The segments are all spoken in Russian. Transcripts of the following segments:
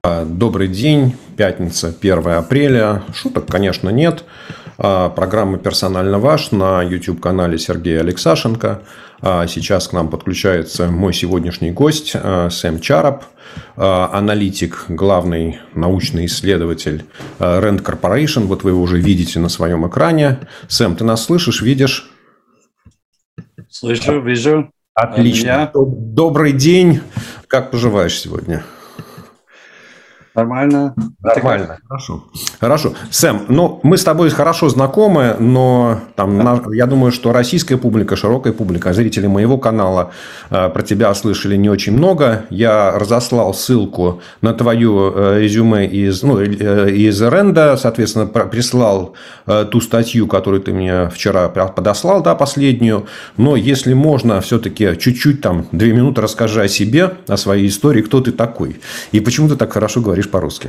Добрый день, пятница, 1 апреля. Шуток, конечно, нет. Программа «Персонально ваш» на YouTube-канале Сергея Алексашенко. Сейчас к нам подключается мой сегодняшний гость Сэм Чарап, аналитик, главный научный исследователь Rand Corporation. Вот вы его уже видите на своем экране. Сэм, ты нас слышишь, видишь? Слышу, вижу. Отлично. Добрый день. Как поживаешь сегодня? Нормально. Нормально. Хорошо. Сэм, мы с тобой хорошо знакомы, но я думаю, что российская публика, широкая публика, зрители моего канала про тебя слышали не очень много. Я разослал ссылку на твое резюме из Ренда, соответственно, прислал ту статью, которую ты мне вчера подослал, да, последнюю. Но если можно, все-таки чуть-чуть 2 минуты расскажи о себе, о своей истории, кто ты такой и почему ты так хорошо говоришь по-русски.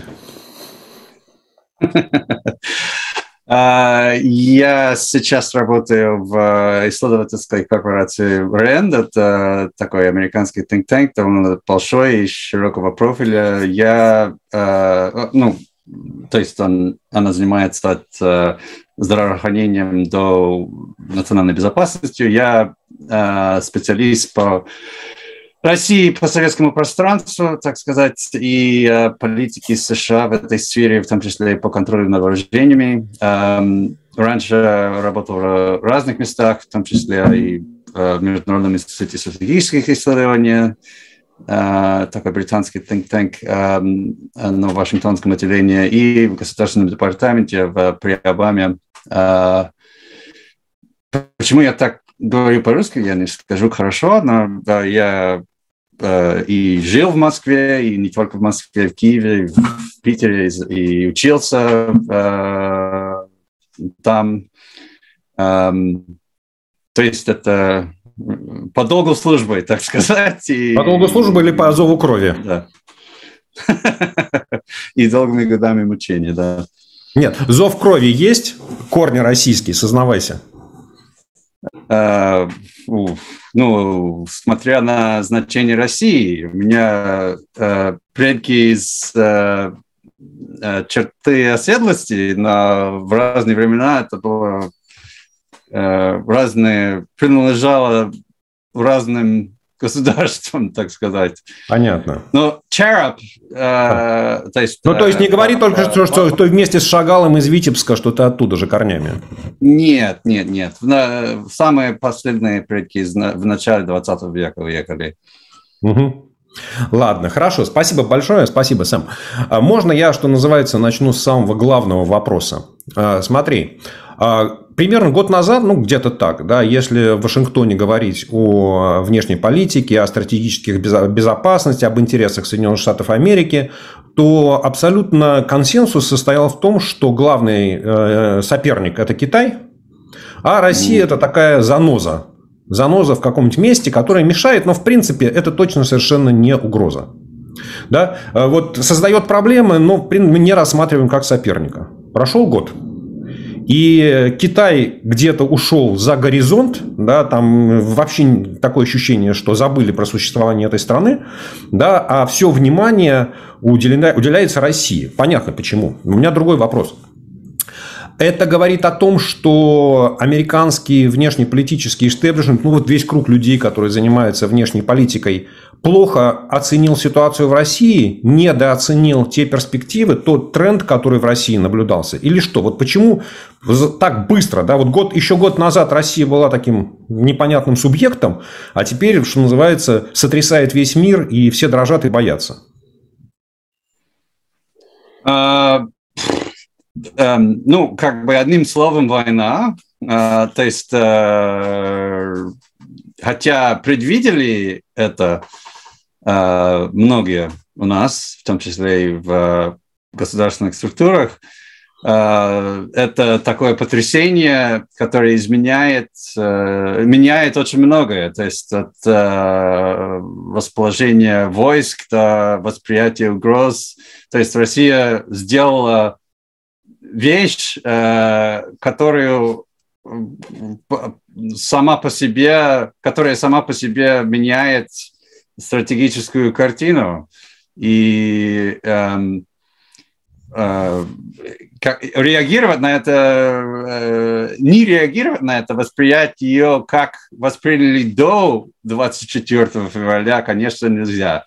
Я сейчас работаю в исследовательской корпорации RAND. Это такой американский think tank, довольно большой и широкого профиля. Она занимается от здравоохранением до национальной безопасностью. Я специалист по России, по советскому пространству, так сказать, и политики США в этой сфере, в том числе и по контролю над вооружениями. Раньше работал в разных местах, в том числе и в Международном институте стратегических исследований, такой британский think tank на Вашингтонском отделении, и в Государственном департаменте при Обаме. Почему я так говорю по-русски, я не скажу хорошо, но я и жил в Москве, и не только в Москве, в Киеве, в Питере, и учился там. То есть это по долгу службы, так сказать. По долгу службы или по зову крови? Да. И долгими годами мучения, да. Нет, зов крови есть, корни российские, сознавайся. Смотря на значение России, у меня предки из черты оседлости, но в разные времена это было принадлежало разным государствам, так сказать. Понятно. Но Чарап... то есть не говори только, что ты вместе с Шагалом из Витебска, что ты оттуда же корнями. Нет. Самые последние предки в начале 20 века уехали. Угу. Ладно, хорошо. Спасибо большое. Спасибо, Сэм. Можно я, что называется, начну с самого главного вопроса? Смотри. Примерно год назад, где-то так, да, если в Вашингтоне говорить о внешней политике, о стратегических безопасности, об интересах Соединенных Штатов Америки, то абсолютно консенсус состоял в том, что главный соперник – это Китай, а Россия – это такая заноза. Заноза в каком-нибудь месте, которая мешает, но в принципе это точно совершенно не угроза. Да? Вот создает проблемы, но мы не рассматриваем как соперника. Прошел год. И Китай где-то ушел за горизонт, да, там вообще такое ощущение, что забыли про существование этой страны, да, а все внимание уделяется России. Понятно почему. У меня другой вопрос. Это говорит о том, что американский внешнеполитический истеблишмент, весь круг людей, которые занимаются внешней политикой, плохо оценил ситуацию в России, недооценил те перспективы, тот тренд, который в России наблюдался. Или что? Вот почему так быстро? Да? Вот еще год назад Россия была таким непонятным субъектом, а теперь, что называется, сотрясает весь мир, и все дрожат и боятся. Одним словом, война. То есть, хотя предвидели это многие у нас, в том числе и в государственных структурах, это такое потрясение, которое меняет очень многое. То есть от расположения войск до восприятия угроз. То есть Россия сделала вещь, которая сама по себе меняет стратегическую картину. И реагировать на это, не реагировать на это, восприять ее, как восприняли до 24 февраля, конечно, нельзя.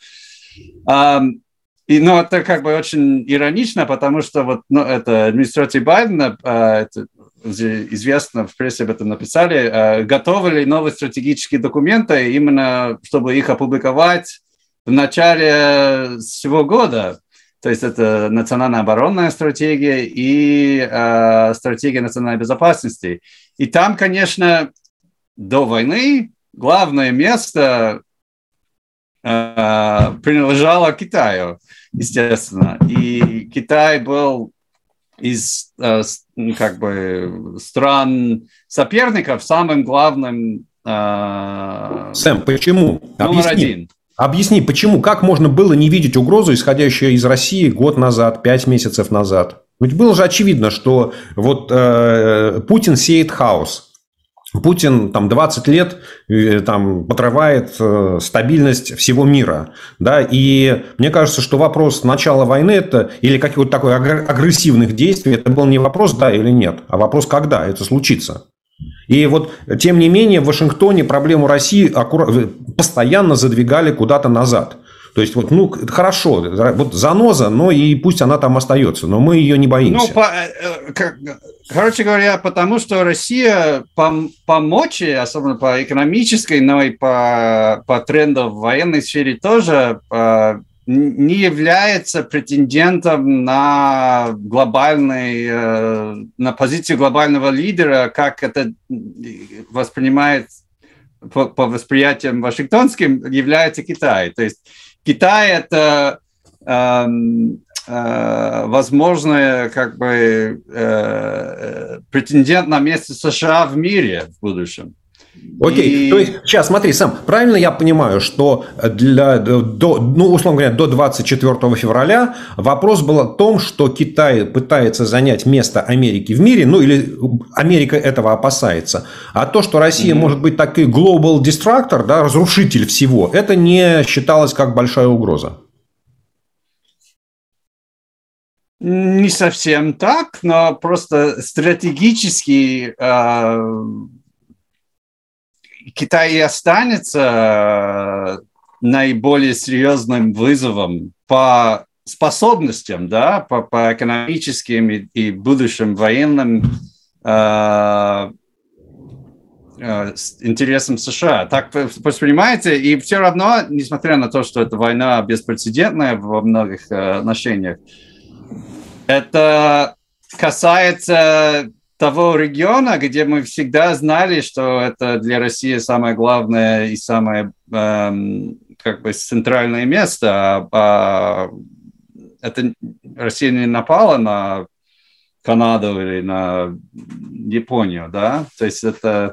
Но это как бы очень иронично, потому что вот, это администрация Байдена, это известно, в прессе об этом написали, готовили новые стратегические документы, именно чтобы их опубликовать в начале всего года. То есть это национальная оборонная стратегия и стратегия национальной безопасности. И там, конечно, до войны главное место принадлежало Китаю, естественно. И Китай был из как бы стран соперников самым главным. Сэм, почему? Номер один. Объясни, почему? Как можно было не видеть угрозу, исходящую из России год назад, 5 месяцев назад? Ведь было же очевидно, что вот Путин сеет хаос. Путин там 20 лет там, подрывает стабильность всего мира. Да? И мне кажется, что вопрос начала войны это, или каких-то такой агрессивных действий, это был не вопрос да или нет, а вопрос, когда это случится. И вот, тем не менее, в Вашингтоне проблему России постоянно задвигали куда-то назад. То есть, вот, ну, хорошо, вот заноза, но и пусть она там остается, но мы ее не боимся. Короче говоря, потому что Россия по мочи, особенно по экономической, но и по трендам в военной сфере тоже не является претендентом на на позицию глобального лидера, как это воспринимает по восприятиям вашингтонским, является Китай. То есть Китай – это возможно, как бы претендент на место США в мире в будущем. Окей, то есть, сейчас смотри, Сэм, правильно я понимаю, что условно говоря, до 24 февраля вопрос был о том, что Китай пытается занять место Америки в мире, ну или Америка этого опасается, а то, что Россия может быть такой global destructor, да, разрушитель всего, это не считалось как большая угроза. Не совсем так, но просто стратегически Китай и останется наиболее серьезным вызовом по способностям, да, по экономическим и будущим военным интересам США. Так воспринимаете, и все равно, несмотря на то, что эта война беспрецедентная во многих отношениях, это касается того региона, где мы всегда знали, что это для России самое главное и самое как бы центральное место. Это Россия не напала на Канаду или на Японию, да? То есть это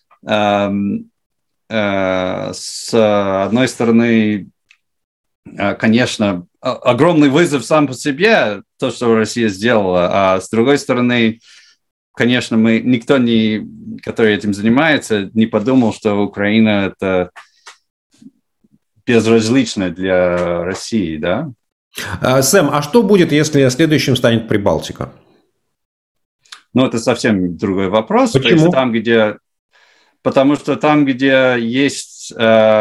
с одной стороны, конечно, огромный вызов сам по себе, то, что Россия сделала, а с другой стороны, конечно, никто, который этим занимается, не подумал, что Украина – это безразлично для России, да? Сэм, а что будет, если следующим станет Прибалтика? Ну, это совсем другой вопрос. Почему? То есть потому что там, где есть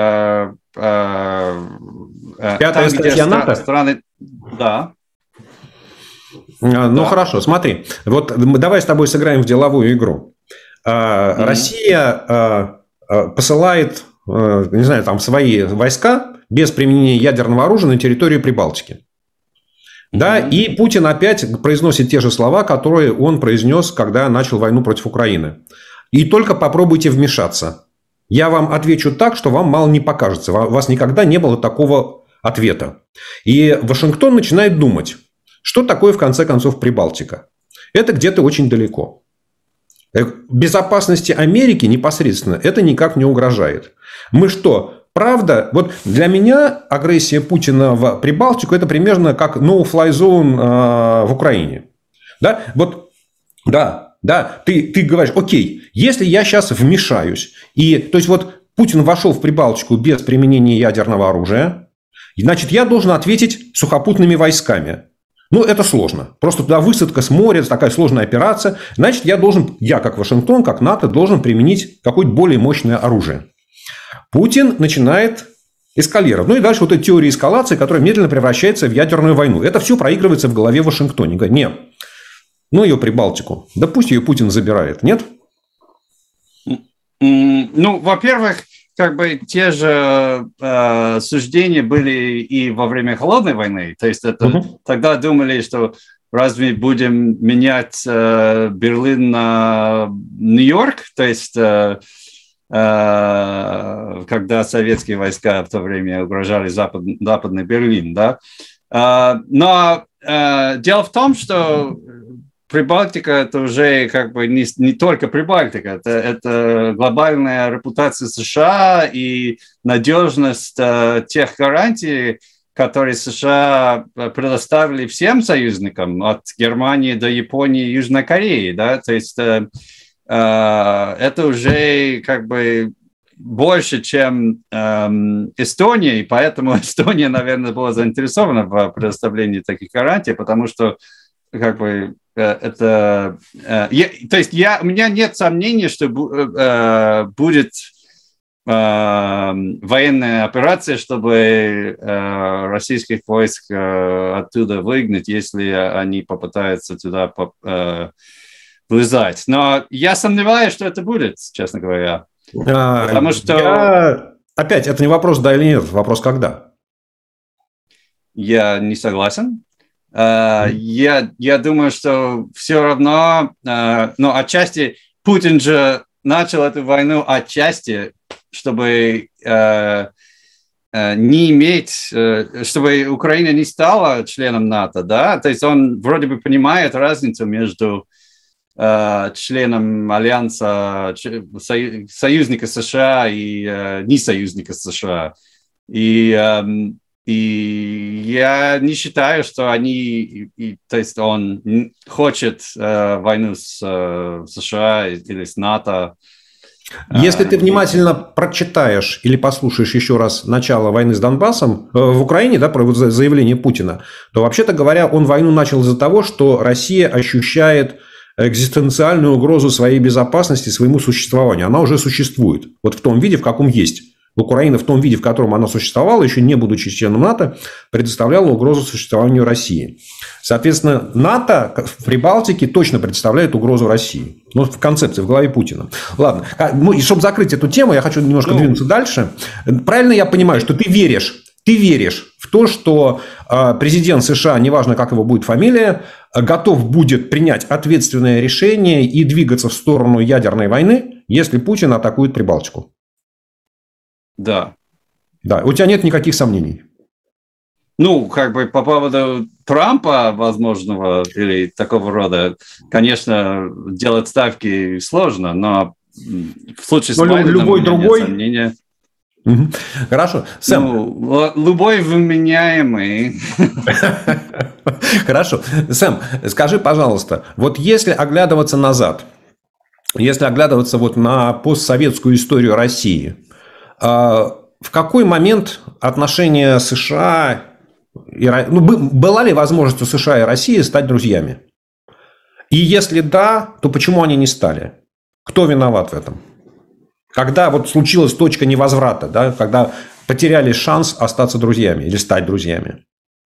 Пятая статья НАТО? Страны, да. Ну, хорошо, смотри. Вот давай с тобой сыграем в деловую игру. Россия посылает, не знаю, там свои войска без применения ядерного оружия на территорию Прибалтики. Да, и Путин опять произносит те же слова, которые он произнес, когда начал войну против Украины. И только попробуйте вмешаться. Я вам отвечу так, что вам мало не покажется. У вас никогда не было такого ответа. И Вашингтон начинает думать, что такое, в конце концов, Прибалтика. Это где-то очень далеко. Безопасности Америки непосредственно это никак не угрожает. Мы что, правда? Вот для меня агрессия Путина в Прибалтику это примерно как no-fly zone в Украине. Да, вот, да, ты говоришь, окей, если я сейчас вмешаюсь, то есть вот Путин вошел в Прибалтику без применения ядерного оружия, Значит, я должен ответить сухопутными войсками. Ну, это сложно. Просто туда высадка с моря, это такая сложная операция. Значит, я как Вашингтон, как НАТО, должен применить какое-то более мощное оружие. Путин начинает эскалировать. Ну и дальше вот эта теория эскалации, которая медленно превращается в ядерную войну. Это все проигрывается в голове Вашингтоне. Говорит, нет, ну ее Прибалтику. Да пусть ее Путин забирает. Нет? Ну, во-первых, как бы те же суждения были и во время Холодной войны. То есть это тогда думали, что разве будем менять Берлин на Нью-Йорк? То есть когда советские войска в то время угрожали Западный Берлин, да. Но дело в том, что Прибалтика – это уже как бы не только Прибалтика, это глобальная репутация США и надежность тех гарантий, которые США предоставили всем союзникам, от Германии до Японии и Южной Кореи. Да? То есть это уже как бы больше, чем Эстония, и поэтому Эстония, наверное, была заинтересована в предоставлении таких гарантий, потому что как бы это... то есть у меня нет сомнений, что будет военная операция, чтобы российских войск оттуда выгнать, если они попытаются туда влезать. Но я сомневаюсь, что это будет, честно говоря. Потому что... Опять, это не вопрос да или нет, вопрос когда. Я не согласен. Я думаю, что все равно, ну, отчасти Путин же начал эту войну отчасти, чтобы не иметь, чтобы Украина не стала членом НАТО, да, то есть он вроде бы понимает разницу между членом Альянса, союзника США и не союзника США. И я не считаю, что то есть он хочет войну с США или с НАТО. Если ты внимательно прочитаешь или послушаешь еще раз начало войны с Донбассом в Украине, да, про заявление Путина, то, вообще-то говоря, он войну начал из-за того, что Россия ощущает экзистенциальную угрозу своей безопасности, своему существованию. Она уже существует. Вот в том виде, в каком есть. Украина в том виде, в котором она существовала, еще не будучи членом НАТО, предоставляла угрозу существованию России. Соответственно, НАТО в Прибалтике точно представляет угрозу России. Ну, в концепции, в голове Путина. Ладно. Ну, и чтобы закрыть эту тему, я хочу немножко двинуться дальше. Правильно я понимаю, что ты веришь в то, что президент США, неважно, как его будет фамилия, готов будет принять ответственное решение и двигаться в сторону ядерной войны, если Путин атакует Прибалтику? Да. Да, у тебя нет никаких сомнений? Ну, как бы по поводу Трампа возможного или такого рода, конечно, делать ставки сложно, но в случае с Байденом любой другой... нет сомнения. Хорошо. Сэм. Ну, любой вменяемый. Хорошо. Сэм, скажи, пожалуйста, вот если оглядываться назад, если оглядываться вот на постсоветскую историю России, в какой момент отношения США и... Ну, была ли возможность у США и России стать друзьями? И если да, то почему они не стали? Кто виноват в этом? Когда вот случилась точка невозврата, да, когда потеряли шанс остаться друзьями или стать друзьями?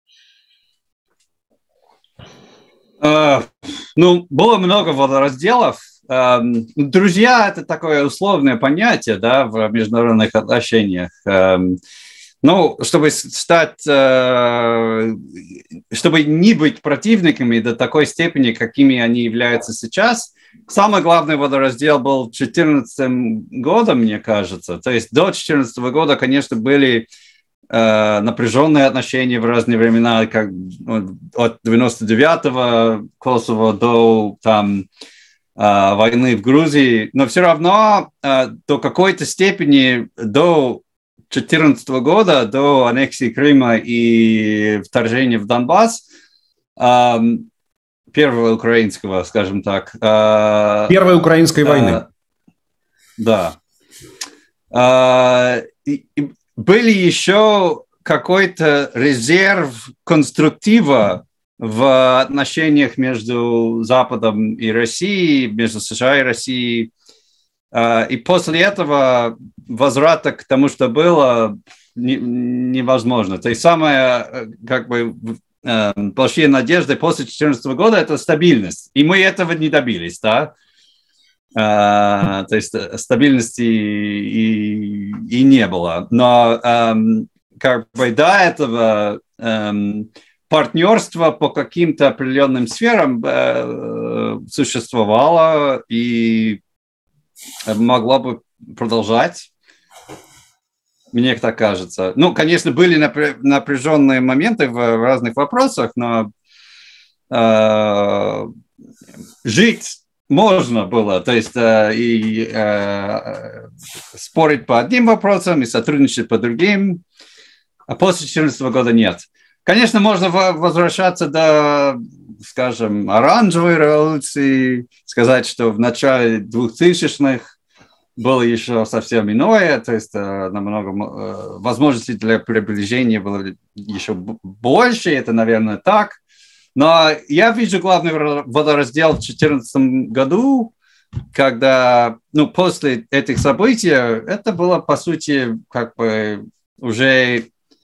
Ну, было много водоразделов. Друзья – это такое условное понятие, да, в международных отношениях. Ну, чтобы не быть противниками до такой степени, какими они являются сейчас, самый главный водораздел был в 2014 годом, мне кажется. То есть до 2014 года, конечно, были напряженные отношения в разные времена, как от 99-го Косово до там войны в Грузии, но все равно до какой-то степени до 2014 года, до аннексии Крыма и вторжения в Донбасс, первого украинского, скажем так. Первой украинской войны. Да. Были еще какой-то резерв конструктива в отношениях между Западом и Россией, между США и Россией. И после этого возврата к тому, что было, невозможно. То есть самые большие надежды после 2014 года – это стабильность. И мы этого не добились, да? То есть стабильности и не было. Но до этого партнерство по каким-то определенным сферам существовало и могло бы продолжать. Мне так кажется. Ну, конечно, были напряженные моменты в разных вопросах, но жить можно было, то есть спорить по одним вопросам и сотрудничать по другим, а после 2014 года нет. Конечно, можно возвращаться до, скажем, оранжевой революции, сказать, что в начале 2000-х было еще совсем иное, то есть намного возможностей для приближения было еще больше, это, наверное, так. Но я вижу главный водораздел в 2014 году, когда, после этих событий, это было, по сути, уже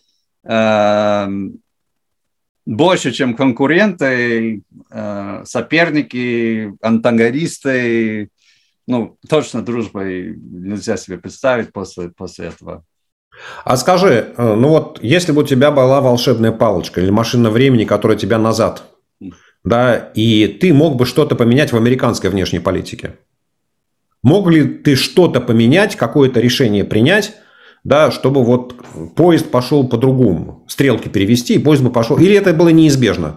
больше, чем конкуренты, соперники, антагонисты. Точно дружбой нельзя себе представить после этого. А скажи, если бы у тебя была волшебная палочка или машина времени, которая тебя назад, да, и ты мог бы что-то поменять в американской внешней политике, мог ли ты что-то поменять, какое-то решение принять, да, чтобы поезд пошел по-другому, стрелки перевести, и поезд бы пошел, или это было неизбежно?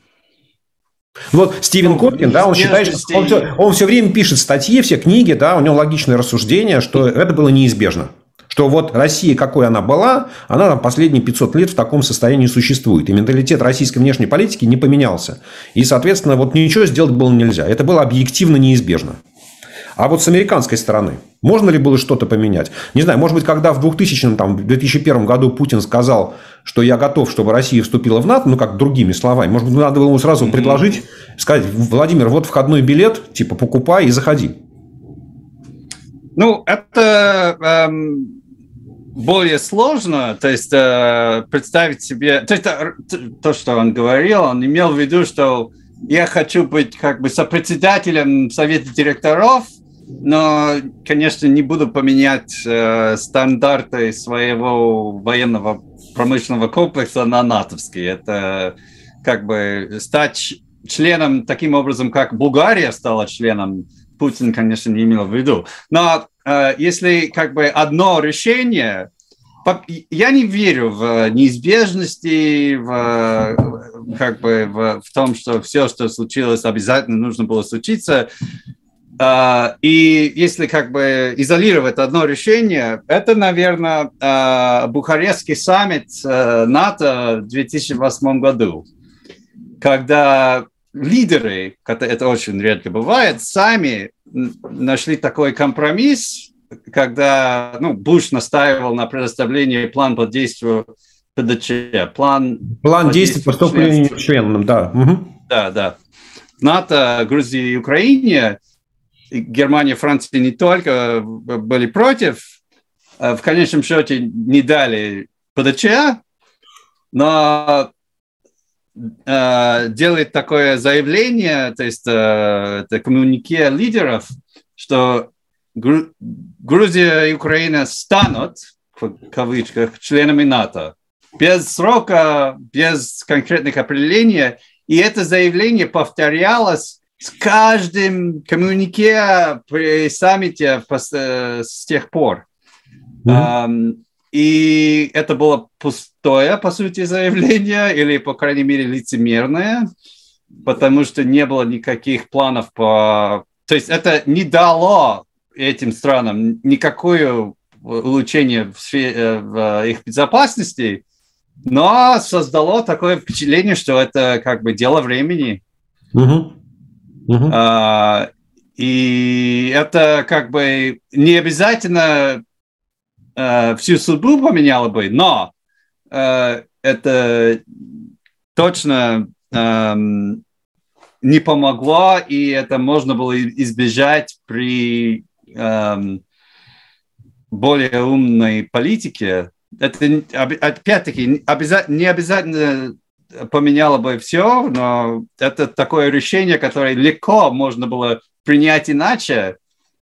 Стивен Коткин, да, он считает, что он все время пишет статьи, все книги, да, у него логичное рассуждение, что это было неизбежно. Что Россия, какой она была, она там последние 500 лет в таком состоянии существует. И менталитет российской внешней политики не поменялся. И, соответственно, ничего сделать было нельзя. Это было объективно неизбежно. А с американской стороны, можно ли было что-то поменять? Не знаю, может быть, когда в 2001 году Путин сказал, что я готов, чтобы Россия вступила в НАТО, как другими словами, может быть, надо было ему сразу предложить, сказать: Владимир, входной билет, покупай и заходи. Это более сложно, то есть представить себе, то есть то, что он говорил, он имел в виду, что я хочу быть сопредседателем совета директоров, но, конечно, не буду поменять стандарты своего военного промышленного комплекса на натовские. Это стать членом таким образом, как Булгария стала членом, Путин, конечно, не имел в виду. Но если одно решение, я не верю в неизбежности, в том, что все, что случилось, обязательно нужно было случиться. И если изолировать одно решение, это, наверное, Бухарестский саммит НАТО в 2008 году, когда лидеры, это очень редко бывает, сами нашли такой компромисс, когда Буш настаивал на предоставлении плана по действию ПДЧ. План действий по вступлению членам, да. Угу. Да. НАТО, Грузии и Украине, Германия, Франция не только были против, в конечном счете не дали ПДЧ, но делает такое заявление, то есть это коммюнике лидеров, что Грузия и Украина станут, в кавычках, членами НАТО. Без срока, без конкретных определений. И это заявление повторялось с каждым коммюнике при саммите с тех пор. И это было пустое, по сути, заявление, или, по крайней мере, лицемерное, потому что не было никаких планов по... То есть это не дало этим странам никакое улучшение в их безопасности, но создало такое впечатление, что это дело времени. И это не обязательно всю судьбу поменяло бы, но это точно не помогло, и это можно было избежать при более умной политике. Это, опять-таки, не обязательно поменяло бы все, но это такое решение, которое легко можно было принять иначе,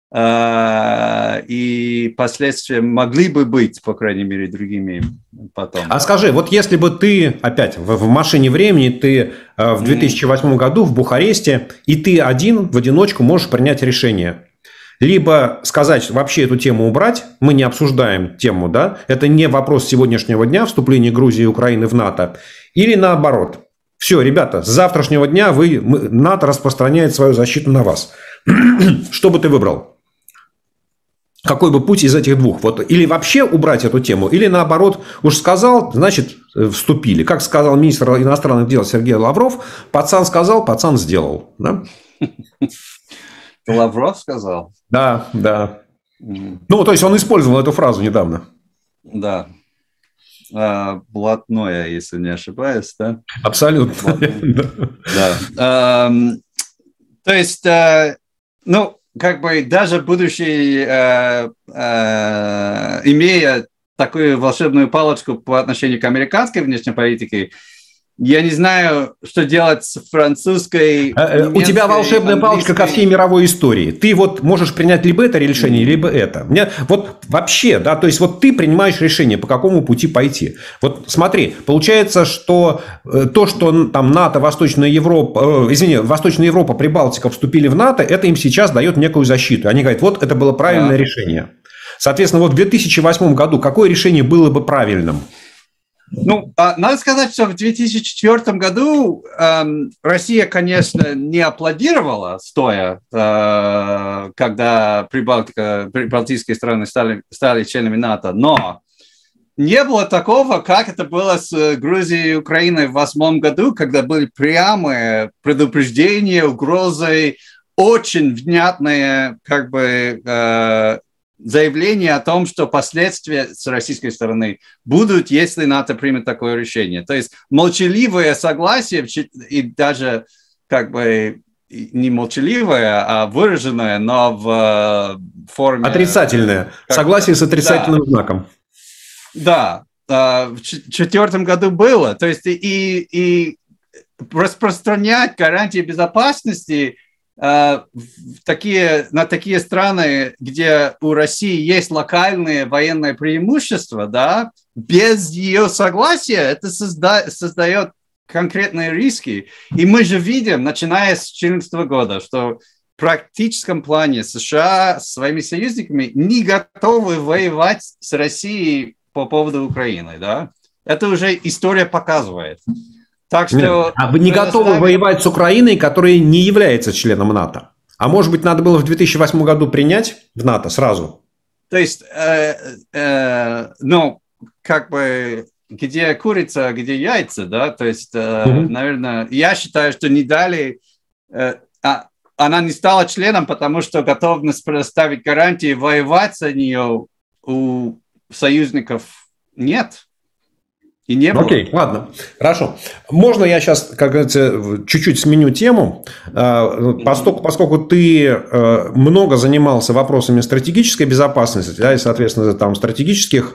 и последствия могли бы быть, по крайней мере, другими потом. А скажи, вот если бы ты опять в машине времени, ты в 2008 году в Бухаресте, и ты один в одиночку можешь принять решение. Либо сказать, вообще эту тему убрать, мы не обсуждаем тему, да, это не вопрос сегодняшнего дня, вступления Грузии и Украины в НАТО, или наоборот. Все, ребята, с завтрашнего дня НАТО распространяет свою защиту на вас. Что бы ты выбрал? Какой бы путь из этих двух? Вот, или вообще убрать эту тему, или наоборот, уж сказал, значит, вступили. Как сказал министр иностранных дел Сергей Лавров, пацан сказал, пацан сделал. Да? Лавров сказал? Да, да. Ну, то есть, он использовал эту фразу недавно. Да. Блатное, если не ошибаюсь, да? Абсолютно. Да. То есть, ну, как бы даже будущий, имея такую волшебную палочку по отношению к американской внешней политике, я не знаю, что делать с французской, у тебя волшебная палочка ко всей мировой истории. Ты вот можешь принять либо это решение, либо это. Вот вообще, да, то есть вот ты принимаешь решение, по какому пути пойти. Вот смотри, получается, что то, что там НАТО, Восточная Европа, Восточная Европа, Прибалтика вступили в НАТО, это им сейчас дает некую защиту. Они говорят, вот это было правильное решение. Соответственно, вот в 2008 году какое решение было бы правильным? Ну, надо сказать, что в 2004 году Россия, конечно, не аплодировала стоя, когда прибалтийские страны стали членами НАТО, но не было такого, как это было с Грузией и Украиной в 2008 году, когда были прямые предупреждения, угрозы, очень внятные, как бы, заявление о том, что последствия с российской стороны будут, если НАТО примет такое решение. То есть молчаливое согласие, и даже как бы не молчаливое, а выраженное, но в форме... Отрицательное. Согласие с отрицательным знаком. Да. В 2004 году было. То есть и распространять гарантии безопасности на такие страны, где у России есть локальные военные преимущества, да, без ее согласия это создает конкретные риски. И мы же видим, начиная с 2014 года, что в практическом плане США с своими союзниками не готовы воевать с Россией по поводу Украины. Да? Это уже история показывает. Так что, а вы не готовы воевать с Украиной, которая не является членом НАТО? А может быть, надо было в 2008 году принять в НАТО сразу? То есть, ну, как бы, где курица, где яйца, да? То есть, наверное, я считаю, что не дали... она не стала членом, потому что готовность предоставить гарантии воевать за нее у союзников нет. И не было. Окей, ладно, хорошо. Можно я сейчас, как говорится, чуть-чуть сменю тему, поскольку ты много занимался вопросами стратегической безопасности, да, и, соответственно, там стратегического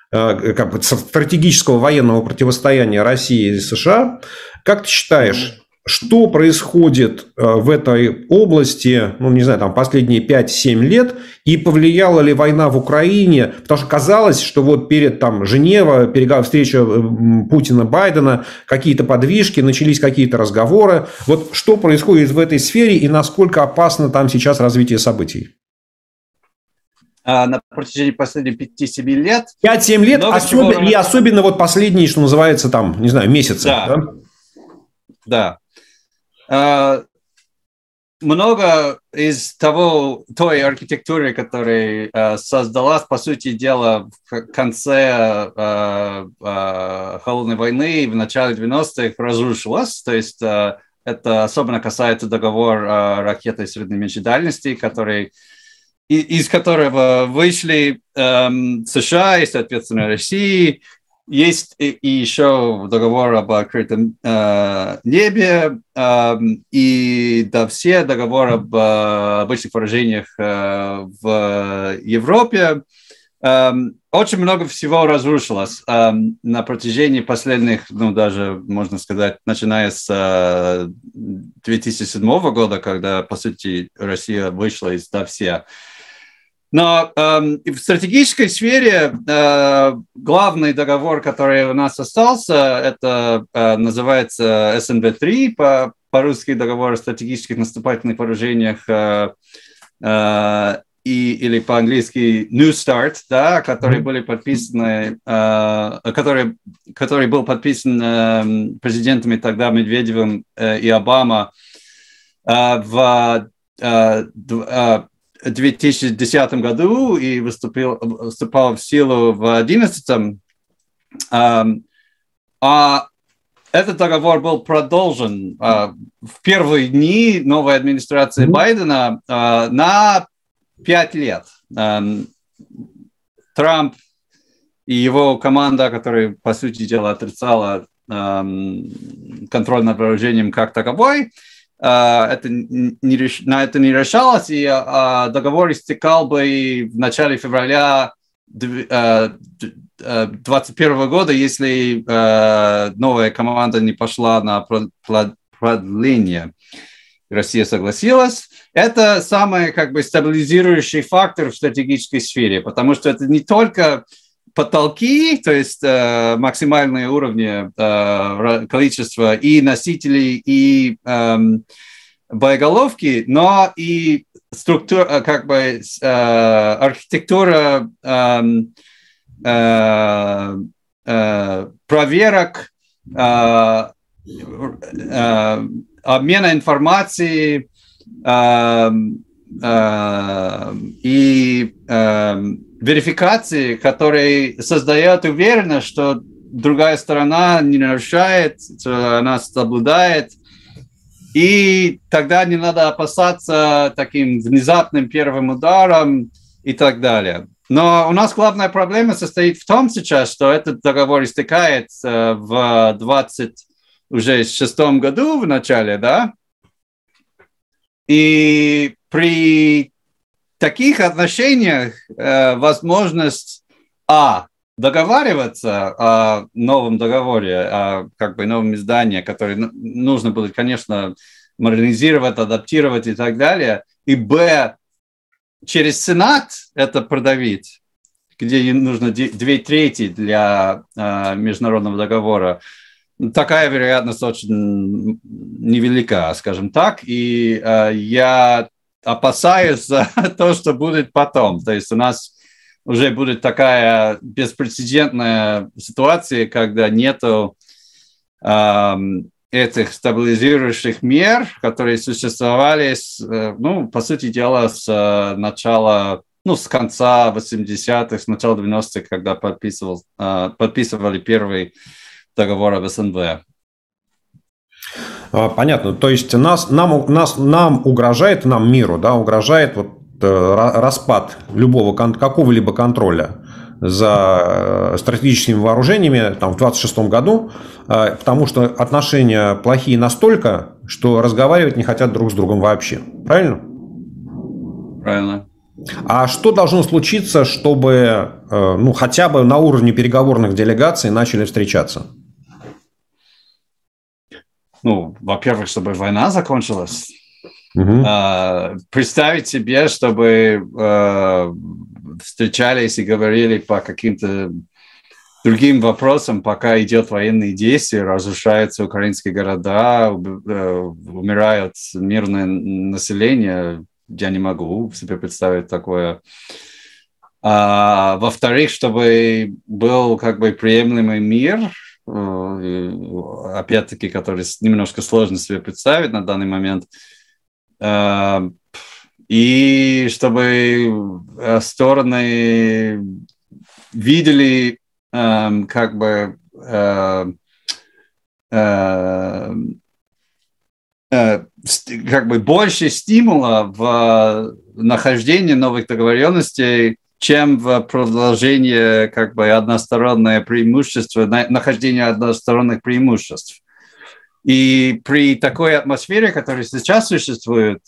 военного противостояния России и США, как ты считаешь, что происходит в этой области, ну, не знаю, там, последние 5-7 лет, и повлияла ли война в Украине? Потому что казалось, что вот перед там Женева, встреча Путина-Байдена, какие-то подвижки, начались какие-то разговоры. Вот что происходит в этой сфере и насколько опасно там сейчас развитие событий? На протяжении последних 5-7 лет. 5-7 лет, и особенно вот последние, что называется, там, не знаю, месяцы. Да. Много из той архитектуры, которая создалась, по сути дела, в конце Холодной войны и в начале 90-х разрушилась. То есть это особенно касается договора ракеты средней меньшей дальности, из которого вышли США и, соответственно, Россия. Есть и еще договор об открытом небе, и да, все договоры об обычных вооружениях в Европе. Очень много всего разрушилось на протяжении последних, ну, даже, можно сказать, начиная с 2007 года, когда, по сути, Россия вышла из ДАВСе. Но в стратегической сфере главный договор, который у нас остался, это называется СНВ-3, по-русски договор о стратегических наступательных вооружениях, или по-английски New Start, да, которые были подписаны, который был подписан президентами тогда Медведевым и Обама в 2010 году и вступал в силу в 2011. А этот договор был продолжен в первые дни новой администрации Байдена на 5 лет. Трамп и его команда, которая, по сути дела, отрицала контроль над вооружением как таковой, на это не решалось, и договор истекал бы в начале февраля 2021 года, если новая команда не пошла на продление. Россия согласилась. Это самый стабилизирующий фактор в стратегической сфере, потому что это не только потолки, то есть максимальные уровни количества и носителей, и боеголовки, но и структура, архитектура проверок, обмена информацией и верификации, которые создают уверенность, что другая сторона не нарушает, что она соблюдает. И тогда не надо опасаться таким внезапным первым ударом и так далее. Но у нас главная проблема состоит в том сейчас, что этот договор истекает в 2026 году в начале, да? И при таких отношениях возможность договариваться о новом договоре, о новом издании, которое нужно будет, конечно, модернизировать, адаптировать и так далее, и через Сенат это продавить, где нужно 2/3 для международного договора. Такая вероятность очень невелика, скажем так, и я опасаюсь за то, что будет потом. То есть у нас уже будет такая беспрецедентная ситуация, когда нету этих стабилизирующих мер, которые существовали, по сути дела, с конца 80-х, с начала 90-х, когда подписывали первый договор об СНВ. Понятно. То есть нам угрожает, нам миру, да, угрожает распад какого-либо контроля за стратегическими вооружениями в 2026 году, потому что отношения плохие настолько, что разговаривать не хотят друг с другом вообще. Правильно? Правильно. А что должно случиться, чтобы хотя бы на уровне переговорных делегаций начали встречаться? Во-первых, чтобы война закончилась. Представить себе, чтобы встречались и говорили по каким-то другим вопросам, пока идет военные действия, разрушаются украинские города, умирают мирное население. Я не могу себе представить такое. Во-вторых, чтобы был приемлемый мир, опять-таки, который немножко сложно себе представить на данный момент, и чтобы стороны видели больше стимула в нахождении новых договоренностей чем в продолжении как бы одностороннее преимущество, нахождение односторонних преимуществ. И при такой атмосфере, которая сейчас существует,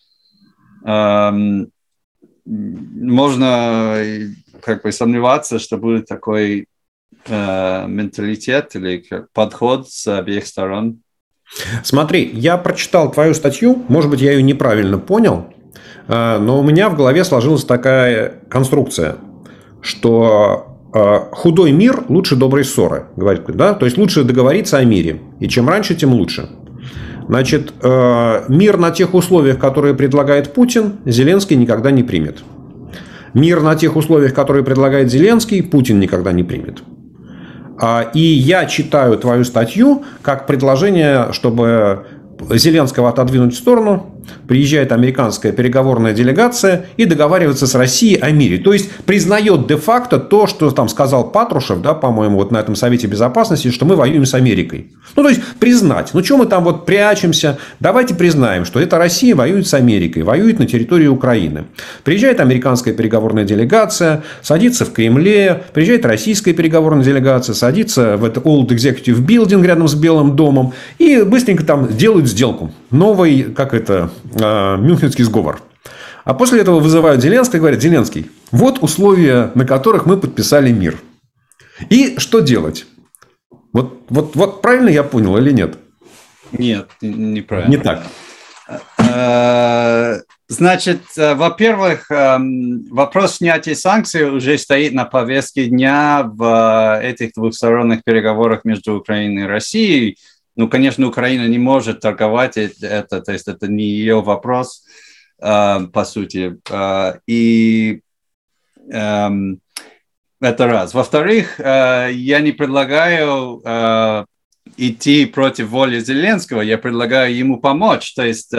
можно как бы сомневаться, что будет такой менталитет или подход с обеих сторон. Смотри, я прочитал твою статью, может быть, я ее неправильно понял, но у меня в голове сложилась такая конструкция, что худой мир лучше доброй ссоры, говорит, да? То есть лучше договориться о мире, и чем раньше, тем лучше. Значит, мир на тех условиях, которые предлагает Путин, Зеленский никогда не примет. Мир на тех условиях, которые предлагает Зеленский, Путин никогда не примет. И я читаю твою статью как предложение, чтобы Зеленского отодвинуть в сторону, приезжает американская переговорная делегация и договаривается с Россией о мире. То есть признает де-факто то, что там сказал Патрушев, да, по-моему, вот на этом Совете Безопасности, что мы воюем с Америкой. Ну, то есть признать. Ну, что мы там вот прячемся? Давайте признаем, что эта Россия воюет с Америкой, воюет на территории Украины. Приезжает американская переговорная делегация, садится в Кремле, приезжает российская переговорная делегация, садится в это Old Executive Building рядом с Белым домом и быстренько там делают сделку. Новый, как это, Мюнхенский сговор. А после этого вызывают Зеленского и говорят: Зеленский, вот условия, на которых мы подписали мир. И что делать? Вот правильно я понял или нет? Нет, неправильно. Не так. Значит, во-первых, вопрос снятия санкций уже стоит на повестке дня в этих двухсторонних переговорах между Украиной и Россией. Ну, конечно, Украина не может торговать это, то есть это не ее вопрос, по сути. И это раз. Во-вторых, я не предлагаю идти против воли Зеленского, я предлагаю ему помочь. То есть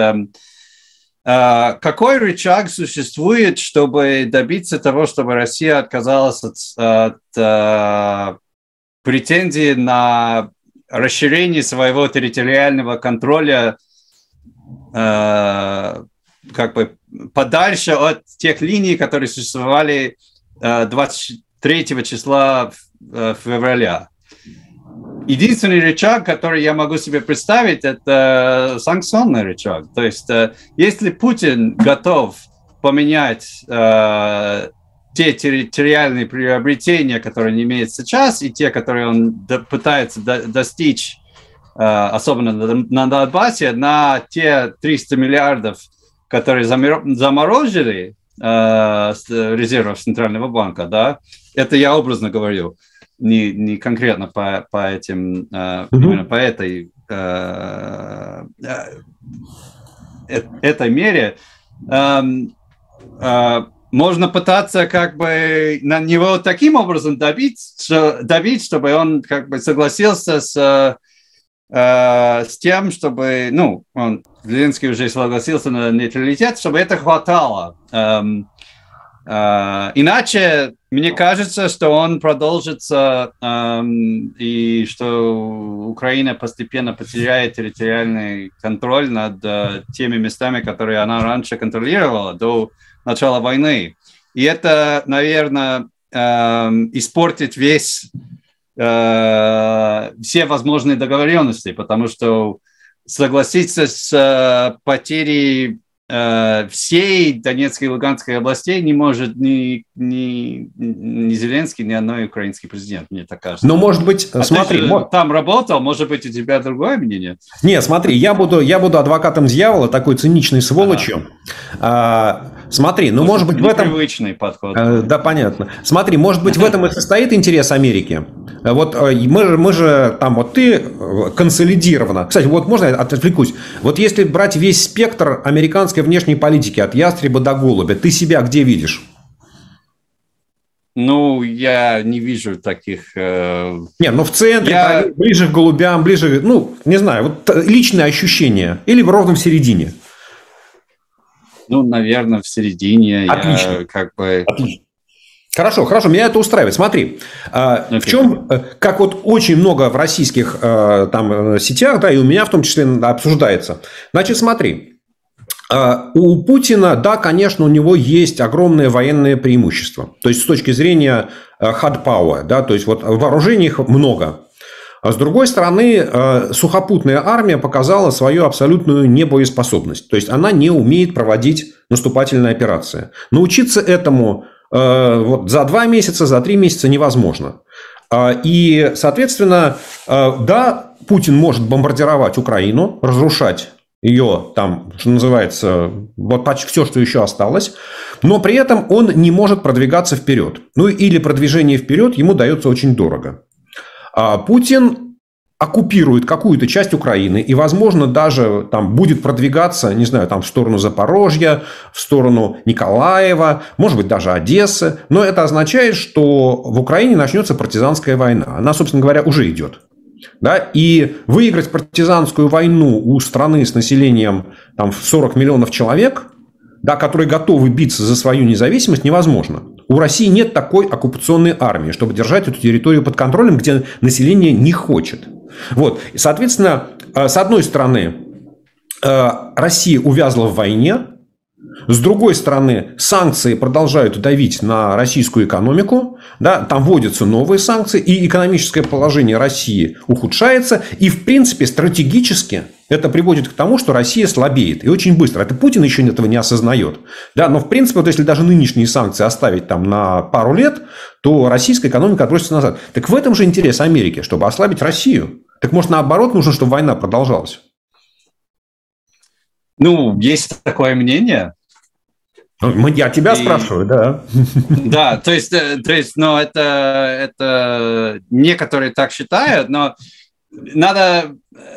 какой рычаг существует, чтобы добиться того, чтобы Россия отказалась от претензий на расширение своего территориального контроля как бы подальше от тех линий, которые существовали 23 числа февраля. Единственный рычаг, который я могу себе представить, это санкционный рычаг. То есть, если Путин готов поменять те территориальные приобретения, которые он имеет сейчас, и те, которые он пытается достичь, особенно на Донбассе, на те 300 миллиардов, которые заморозили резервов Центрального банка, да, это я образно говорю, не конкретно по этим, именно по этой мере, можно пытаться как бы на него таким образом давить, чтобы он как бы согласился с тем, чтобы, ну, Зеленский уже согласился на нейтралитет, чтобы это хватало. Иначе, мне кажется, что он продолжится, и что Украина постепенно потеряет территориальный контроль над теми местами, которые она раньше контролировала до начала войны. И это, наверное, испортит все возможные договоренности, потому что согласиться с потерей всей Донецкой и Луганской областей не может ни Зеленский, ни одной украинский президент, мне так кажется. Но, может быть, смотри... Ты там работал, может быть, у тебя другое мнение? Не, смотри, я буду адвокатом дьявола, такой циничной сволочью. Смотри, ну, может быть, в этом... Непривычный подход. Да, понятно. Смотри, может быть, в этом и состоит интерес Америки. Вот мы же там, вот ты консолидированно... Кстати, вот можно я отвлекусь? Вот если брать весь спектр американской внешней политики, от ястреба до голубя, ты себя где видишь? Ну, я не вижу таких... Не, ну в центре, ближе к голубям, ближе... Ну, не знаю, вот личное ощущение. Или ровно в середине. Ну, наверное, в середине. Отлично. Я как бы... Отлично. Хорошо, меня это устраивает. Смотри, в чем, как вот очень много в российских там сетях, да, и у меня в том числе обсуждается. Значит, смотри, У Путина, да, конечно, у него есть огромное военное преимущество. То есть, с точки зрения hard power, да, то есть, вот вооружений их много. А с другой стороны, сухопутная армия показала свою абсолютную небоеспособность. То есть, она не умеет проводить наступательные операции. Научиться этому вот за 2 месяца, за 3 месяца невозможно. И, соответственно, да, Путин может бомбардировать Украину, разрушать ее там, что называется, вот почти все, что еще осталось, но при этом он не может продвигаться вперед. Ну или продвижение вперед ему дается очень дорого. А Путин оккупирует какую-то часть Украины и, возможно, даже там будет продвигаться, не знаю, там в сторону Запорожья, в сторону Николаева, может быть, даже Одессы. Но это означает, что в Украине начнется партизанская война. Она, собственно говоря, уже идет. Да? И выиграть партизанскую войну у страны с населением там, в 40 миллионов человек, да, которые готовы биться за свою независимость, невозможно. У России нет такой оккупационной армии, чтобы держать эту территорию под контролем, где население не хочет. Вот. И, соответственно, с одной стороны, Россия увязла в войне. С другой стороны, санкции продолжают давить на российскую экономику. Да, там вводятся новые санкции, и экономическое положение России ухудшается. И, в принципе, стратегически это приводит к тому, что Россия слабеет. И очень быстро. Это Путин еще этого не осознает. Да, но, в принципе, вот если даже нынешние санкции оставить там на пару лет, то российская экономика отбросится назад. Так в этом же интерес Америки, чтобы ослабить Россию. Так, может, наоборот, нужно, чтобы война продолжалась? Ну, есть такое мнение. Я тебя спрашиваю, да. Да, то есть, но это некоторые так считают, но надо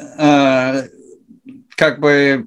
как бы...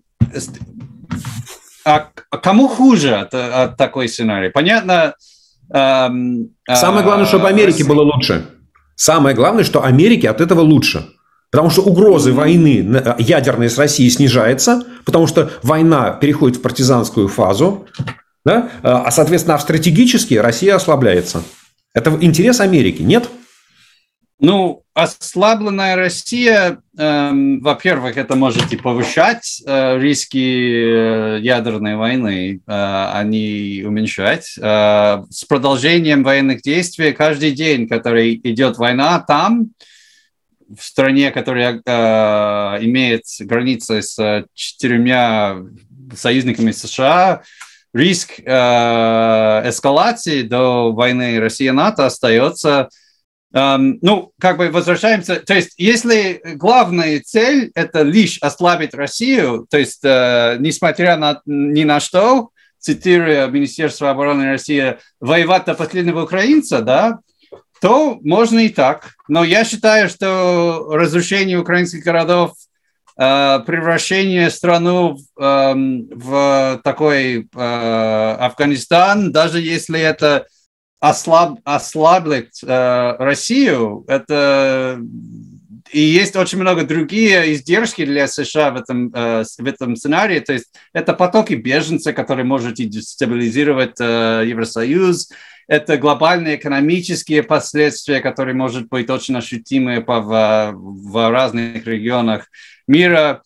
А кому хуже от такой сценарий? Понятно... Самое главное, чтобы Америке было лучше. Самое главное, что Америке от этого лучше. Потому что угрозы войны ядерной с Россией снижается, потому что война переходит в партизанскую фазу. Да? А, соответственно, стратегически Россия ослабляется. Это интерес Америки, нет? Ну, ослабленная Россия, во-первых, это может и повышать риски ядерной войны, а не уменьшать. С продолжением военных действий каждый день, который идет война там, в стране, которая имеет границы с 4 союзниками США, риск эскалации до войны Россия-НАТО остается. Ну, как бы возвращаемся. То есть, если главная цель – это лишь ослабить Россию, то есть, несмотря ни на что, цитируя Министерство обороны России, воевать до последнего украинца, да, то можно и так. Но я считаю, что разрушение украинских городов, превращение страны в такой Афганистан, даже если это ослаблет Россию, это и есть очень много другие издержки для США в этом сценарии. То есть это потоки беженцев, которые могут дестабилизировать Евросоюз. Это глобальные экономические последствия, которые могут быть очень ощутимы в разных регионах мира.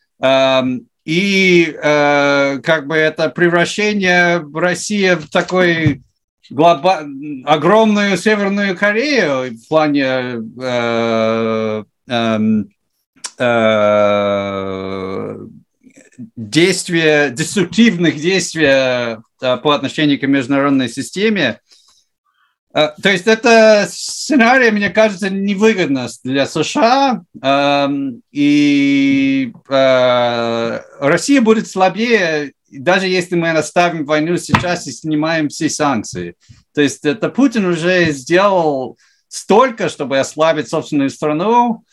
И как бы это превращение России в такой огромную Северную Корею в плане деструктивных действий по отношению к международной системе. То есть это сценарий, мне кажется, невыгодно для США, и Россия будет слабее, даже если мы оставим войну сейчас и снимаем все санкции. То есть это Путин уже сделал столько, чтобы ослабить собственную страну,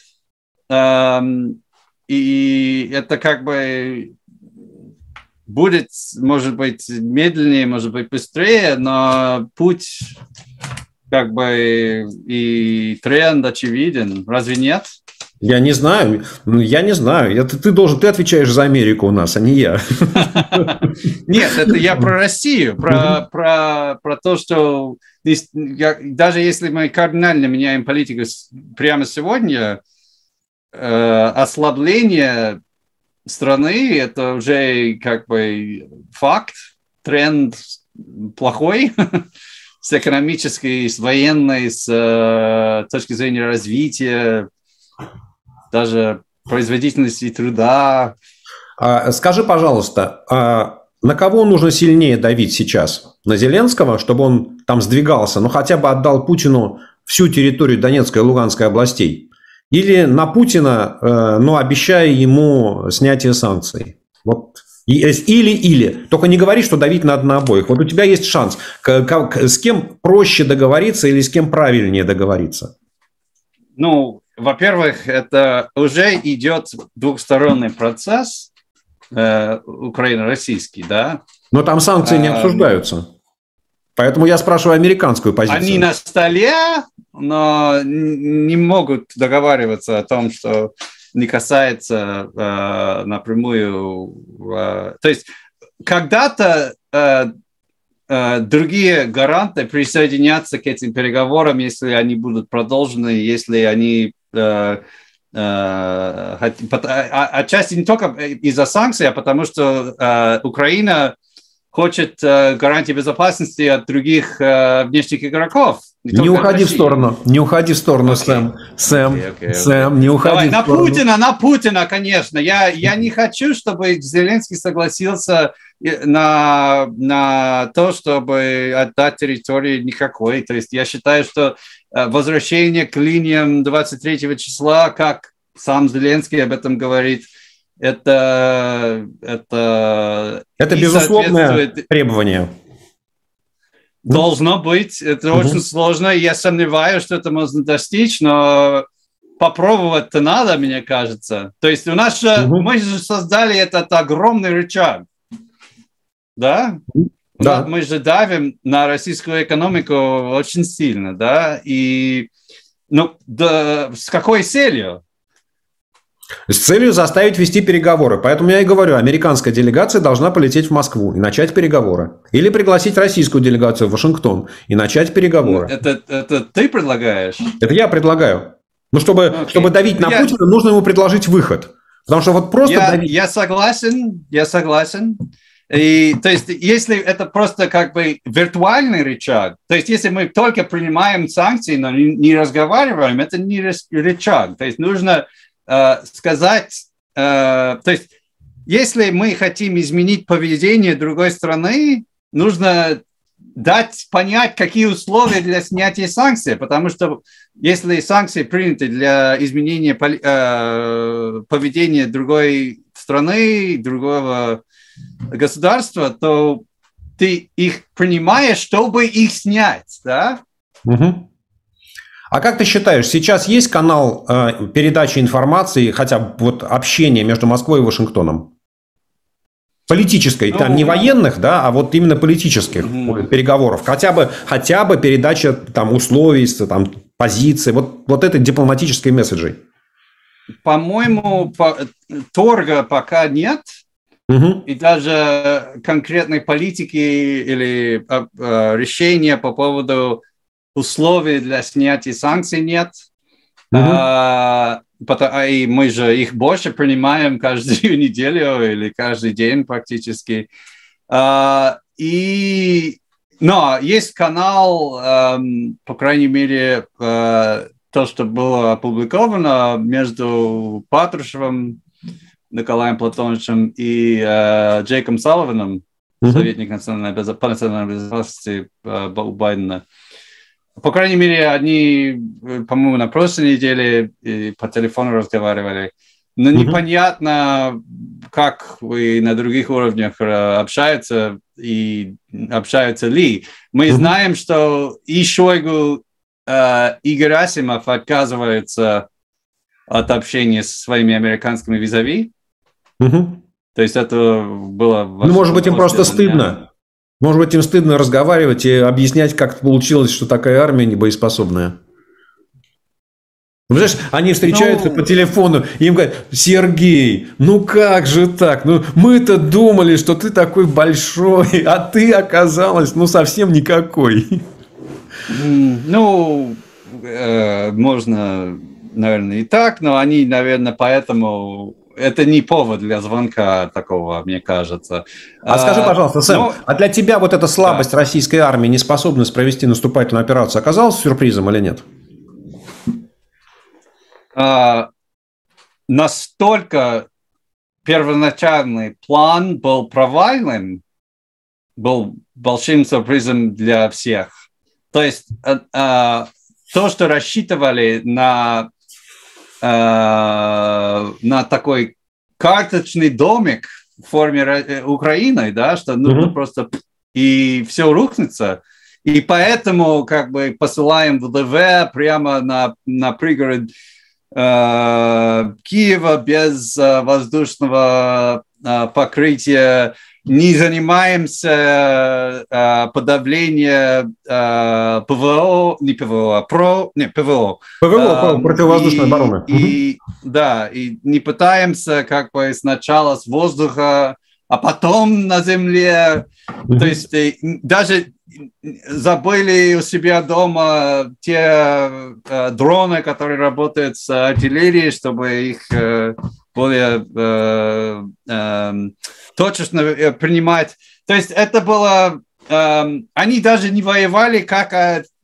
и это как бы будет, может быть, медленнее, может быть, быстрее, но путь как бы и тренд очевиден. Разве нет? Я не знаю. Ты отвечаешь за Америку у нас, а не я. Нет, это я про Россию, про то, что даже если мы кардинально меняем политику прямо сегодня, ослабление страны, это уже как бы факт, тренд плохой с экономической, с военной, с точки зрения развития, даже производительности труда. Скажи, пожалуйста, на кого нужно сильнее давить сейчас? На Зеленского, чтобы он там сдвигался, хотя бы отдал Путину всю территорию Донецкой и Луганской областей? Или на Путина, обещая ему снятие санкций? Вот. Или. Только не говори, что давить надо на обоих. Вот у тебя есть шанс. С кем проще договориться или с кем правильнее договориться? Во-первых, это уже идет двухсторонний процесс украино-российский, да? Но там санкции не обсуждаются. Поэтому я спрашиваю американскую позицию. Они на столе, но не могут договариваться о том, что не касается напрямую. То есть когда-то другие гаранты присоединятся к этим переговорам, если они будут продолжены, если они отчасти не только из-за санкций, а потому что Украина хочет гарантии безопасности от других внешних игроков. Не уходи в сторону, Сэм. Сэм, не уходи в сторону. На Путина, конечно. Я не хочу, чтобы Зеленский согласился на то, чтобы отдать территорию никакой. То есть я считаю, что возвращение к линиям 23 числа, как сам Зеленский об этом говорит, это безусловное требование. Должно быть. Это очень сложно. Я сомневаюсь, что это можно достичь, но попробовать-то надо, мне кажется. То есть мы же создали этот огромный рычаг. Да? Да. Мы же давим на российскую экономику очень сильно, да? И с какой целью? С целью заставить вести переговоры. Поэтому я и говорю, американская делегация должна полететь в Москву и начать переговоры. Или пригласить российскую делегацию в Вашингтон и начать переговоры. Это ты предлагаешь? Это я предлагаю. Чтобы давить на Путина, нужно ему предложить выход. Потому что вот просто давить... Я согласен. И, то есть, если это просто как бы виртуальный рычаг, то есть, если мы только принимаем санкции, но не разговариваем, это не рычаг. То есть, нужно сказать, то есть, если мы хотим изменить поведение другой страны, нужно дать понять, какие условия для снятия санкций, потому что если санкции приняты для изменения поведения другой страны, другого государства, то ты их принимаешь, чтобы их снять, да? Угу. А как ты считаешь, сейчас есть канал передачи информации, хотя бы вот общения между Москвой и Вашингтоном? Политической, там не военных, да, а вот именно политических переговоров. Хотя бы передача там условий, там позиций, вот этой дипломатической месседжей. По-моему, торга пока нет. И даже конкретной политики или решения по поводу условий для снятия санкций нет. И мы же их больше принимаем каждую неделю или каждый день практически. Но есть канал, по крайней мере, то, что было опубликовано между Патрушевым, Николаем Платоновичем и Джейком Салливаном, советник по национальной безопасности у Байдена. По крайней мере, они, по-моему, на прошлой неделе по телефону разговаривали. Но непонятно, как вы на других уровнях общаются и общаются ли. Мы знаем, что и Шойгу, и Герасимов отказываются от общения со своими американскими визави. То есть это было... может быть, им просто стыдно. Может быть, им стыдно разговаривать и объяснять, как получилось, что такая армия небоеспособная. Знаешь, они встречаются по телефону, и им говорят: Сергей, как же так? Мы-то думали, что ты такой большой, а ты оказалась, совсем никакой. Можно, наверное, и так, но они, наверное, поэтому это не повод для звонка такого, мне кажется. А скажи, пожалуйста, Сэм, а для тебя вот эта слабость российской армии, неспособность провести наступательную операцию оказалась сюрпризом или нет? Настолько первоначальный план был провальным, был большим сюрпризом для всех. То есть то, что рассчитывали на такой карточный домик в форме Украины, да, что нужно просто и все рухнется. И поэтому как бы посылаем ВДВ прямо на пригород Киева без воздушного покрытия, не занимаемся подавлением ПВО, не ПВО, а ПВО. ПВО, противовоздушной обороны. И не пытаемся как бы сначала с воздуха, а потом на земле. То есть даже забыли у себя дома те дроны, которые работают с артиллерией, чтобы их более точечно принимать. То есть это было... они даже не воевали как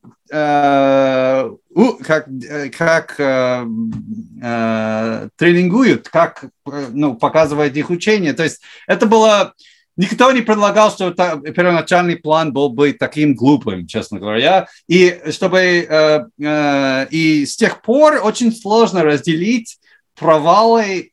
тренингуют, как показывают их учения. То есть это было... Никто не предлагал, что первоначальный план был бы таким глупым, честно говоря. И и с тех пор очень сложно разделить провалы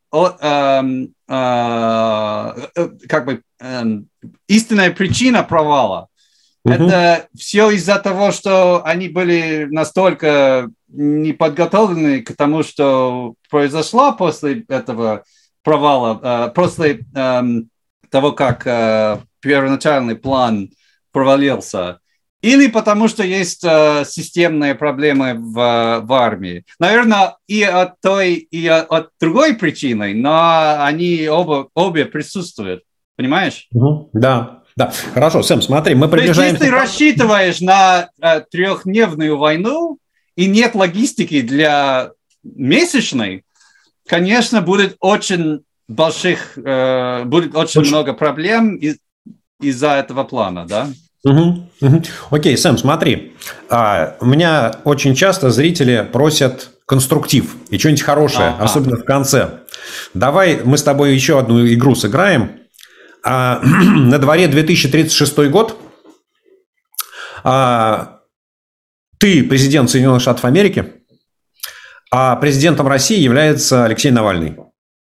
истинная причина провала. Это все из-за того, что они были настолько неподготовлены к тому, что произошло после этого провала, после того, как первоначальный план провалился, или потому что есть системные проблемы в армии. Наверное, и от той, и от другой причины, но они обе присутствуют. Понимаешь? Да. Хорошо, Сэм, смотри, мы приближаемся... То есть, если ты рассчитываешь на трехдневную войну и нет логистики для месячной, конечно, будет очень много проблем из-за этого плана, да? Окей, Сэм, смотри. У меня очень часто зрители просят конструктив и что-нибудь хорошее, особенно в конце. Давай мы с тобой еще одну игру сыграем. На дворе 2036 год. Ты президент Соединенных Штатов Америки, а президентом России является Алексей Навальный.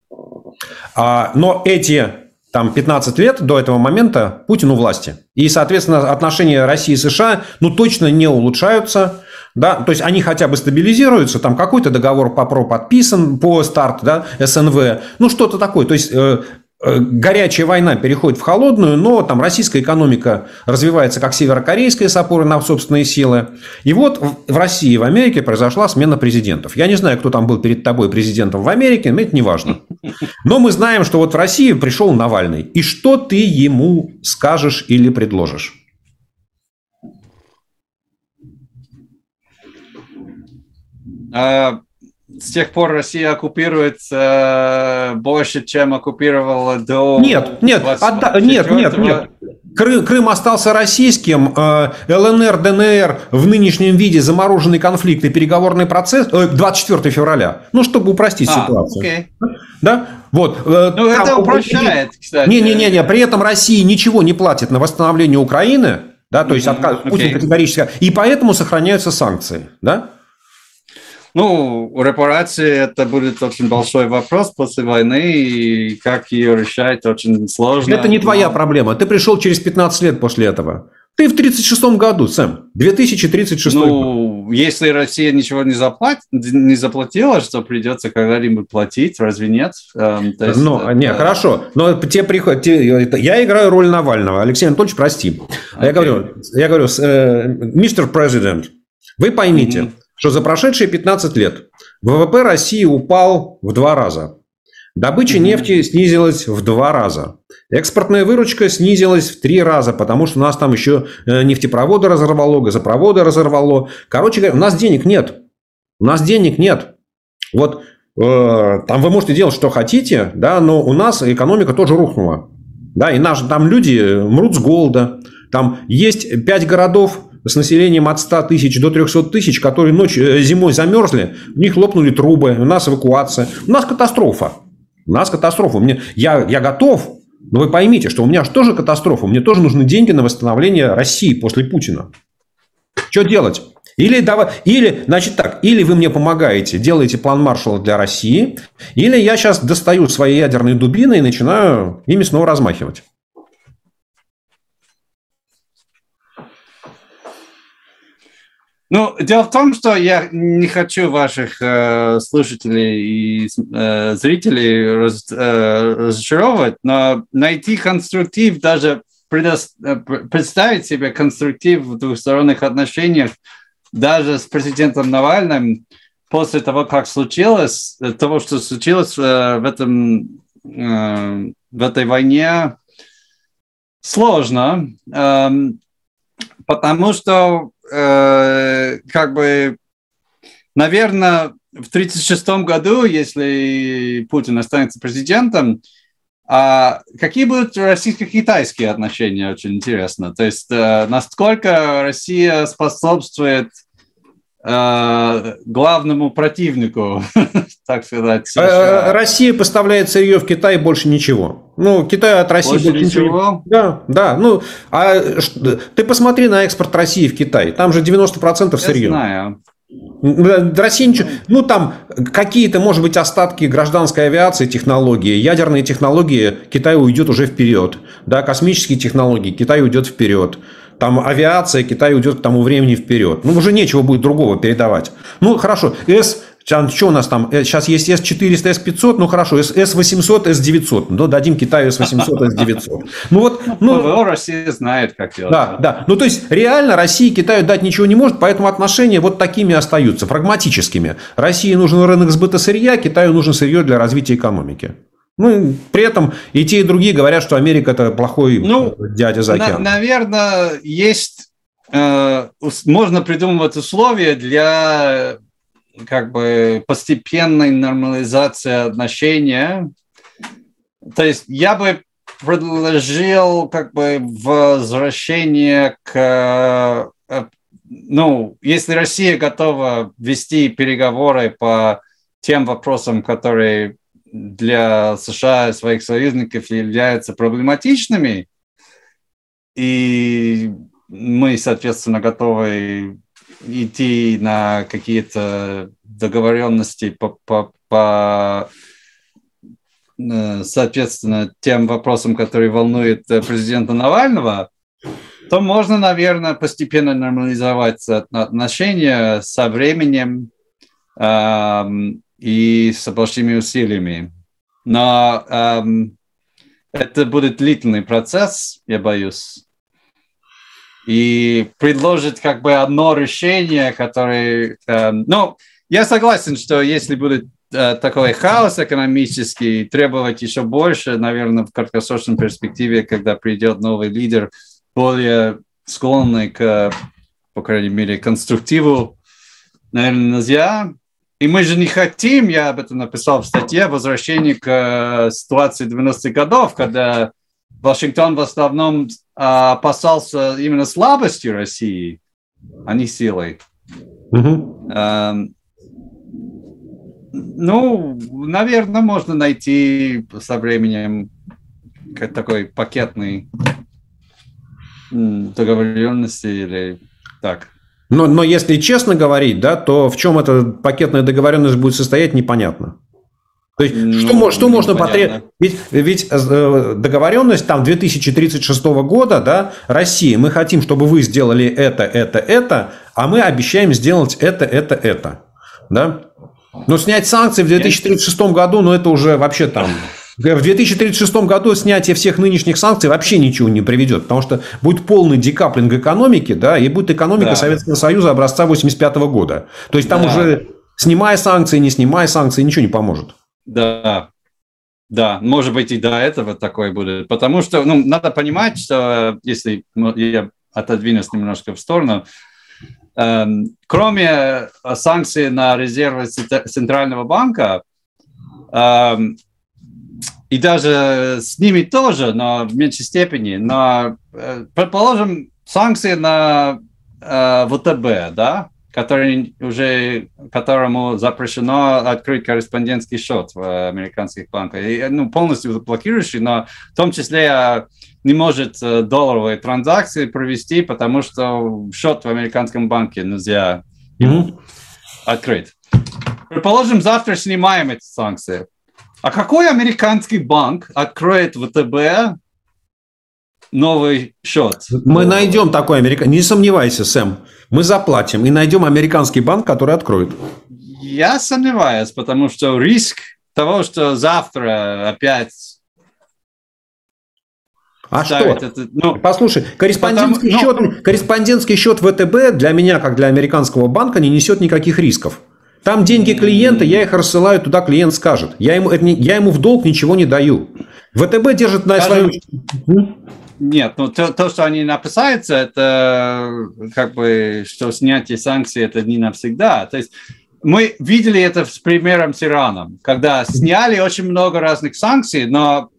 Но эти 15 лет до этого момента Путин у власти. И, соответственно, отношения России и США точно не улучшаются. Да? То есть, они хотя бы стабилизируются. Там какой-то договор по ПРО подписан, по старт, да, СНВ. Что-то такое. То есть, горячая война переходит в холодную, но там российская экономика развивается как северокорейская с опорой на собственные силы. И вот в России и в Америке произошла смена президентов. Я не знаю, кто там был перед тобой президентом в Америке, но это не важно. Но мы знаем, что вот в России пришел Навальный. И что ты ему скажешь или предложишь? С тех пор Россия оккупируется больше, чем оккупировала до... Нет. Крым остался российским, ЛНР, ДНР в нынешнем виде замороженный конфликт и переговорный процесс 24 февраля. Чтобы упростить ситуацию. Окей. Да? Вот. Это упрощает, кстати. Не. При этом Россия ничего не платит на восстановление Украины, да, то есть Путин категорически, и поэтому сохраняются санкции, да? Репарации – это будет очень большой вопрос после войны, и как ее решать очень сложно. Это не твоя проблема. Ты пришел через 15 лет после этого. Ты в 1936 году, Сэм. 2036 год. Если Россия ничего не заплатила, что придется когда-нибудь платить, разве нет? Хорошо. Но те приходят... Я играю роль Навального. Алексей Анатольевич, прости. Я говорю, мистер президент, вы поймите, что за прошедшие 15 лет ВВП России упал в 2 раза. Добыча нефти снизилась в 2 раза. Экспортная выручка снизилась в 3 раза, потому что у нас там еще нефтепроводы разорвало, газопроводы разорвало. Короче говоря, у нас денег нет. Вот там вы можете делать, что хотите, да, но у нас экономика тоже рухнула. Да, и там люди мрут с голода. Там есть 5 городов с населением от 100 тысяч до 300 тысяч, которые зимой замерзли, у них лопнули трубы, у нас эвакуация. У нас катастрофа. У нас катастрофа. Я готов, но вы поймите, что у меня же тоже катастрофа. Мне тоже нужны деньги на восстановление России после Путина. Что делать? Или вы мне помогаете, делаете план Маршалла для России, или я сейчас достаю свои ядерные дубины и начинаю ими снова размахивать. Ну, дело в том, что я не хочу ваших слушателей и зрителей разочаровывать, но найти конструктив, даже представить себе конструктив в двухсторонних отношениях, даже с президентом Навальным, после того, что случилось в этой войне, сложно, потому что, наверное, в 1936 году, если Путин останется президентом, какие будут российско-китайские отношения, очень интересно. То есть, насколько Россия способствует главному противнику, так сказать, США. Россия поставляет сырье в Китай, больше ничего. Китай от России больше ничего. Да. Ты посмотри на экспорт России в Китай. Там же 90% сырье. Я знаю. Россия ничего. Там какие-то, может быть, остатки гражданской авиации, технологии, ядерные технологии, Китай уйдет уже вперед. Да, космические технологии, Китай уйдет вперед. Там авиация, Китай уйдет к тому времени вперед. Уже нечего будет другого передавать. Хорошо, что у нас там? Сейчас есть С-400, С-500, хорошо, С-800, С-900. Дадим Китаю С-800, С-900. ПВО Россия знает, как делать. Да. То есть, реально России Китаю дать ничего не может, поэтому отношения вот такими остаются, прагматическими. России нужен рынок сбыта сырья, Китаю нужно сырье для развития экономики. При этом и те, и другие говорят, что Америка – это плохой дядя за океаном. Наверное, можно придумывать условия для постепенной нормализации отношений. То есть я бы предложил возвращение к... если Россия готова вести переговоры по тем вопросам, которые для США и своих союзников являются проблематичными, и мы, соответственно, готовы идти на какие-то договоренности по соответственно, тем вопросам, которые волнуют президента Навального, то можно, наверное, постепенно нормализовать отношения со временем и с большими усилиями. Но это будет длительный процесс, я боюсь. И предложить одно решение, которое... я согласен, что если будет такой хаос экономический, требовать еще больше, наверное, в краткосрочной перспективе, когда придет новый лидер, более склонный по крайней мере, конструктиву, наверное, нельзя. И мы же не хотим, я об этом написал в статье, возвращение к ситуации 90-х годов, когда Вашингтон в основном опасался именно слабости России, а не силой. Наверное, можно найти со временем такой пакетный договоренности или так. Но если честно говорить, да, то в чем эта пакетная договоренность будет состоять, непонятно. То есть, что можно потребовать? Ведь договоренность там 2036 года, да, Россия, мы хотим, чтобы вы сделали это, а мы обещаем сделать это. Да? Но снять санкции в 2036 году, это уже вообще там... В 2036 году снятие всех нынешних санкций вообще ничего не приведет, потому что будет полный декаплинг экономики, да, и будет экономика Советского Союза образца 1985 года. То есть, там уже снимая санкции, не снимая санкции, ничего не поможет. Да, может быть, и до этого такое будет. Потому что, надо понимать, что, если я отодвинусь немножко в сторону, кроме санкций на резервы Центрального банка, И даже с ними тоже, но в меньшей степени. Но, предположим, санкции на ВТБ, да, которому запрещено открыть корреспондентский счет в американских банках. И, полностью заблокирующий, но в том числе не может долларовые транзакции провести, потому что счет в американском банке нельзя открыть. Предположим, завтра снимаем эти санкции. А какой американский банк откроет ВТБ новый счет? Мы найдем такой американский. Не сомневайся, Сэм. Мы заплатим и найдем американский банк, который откроет. Я сомневаюсь, потому что риск того, что завтра опять... А что? Послушай, корреспондентский счет ВТБ для меня, как для американского банка, не несет никаких рисков. Там деньги клиента, я их рассылаю туда, клиент скажет. Я ему в долг ничего не даю. ВТБ держит на своем... Нет, то, что они написаются, это что снятие санкций это не навсегда. То есть мы видели это с примером с Ираном, когда сняли очень много разных санкций, но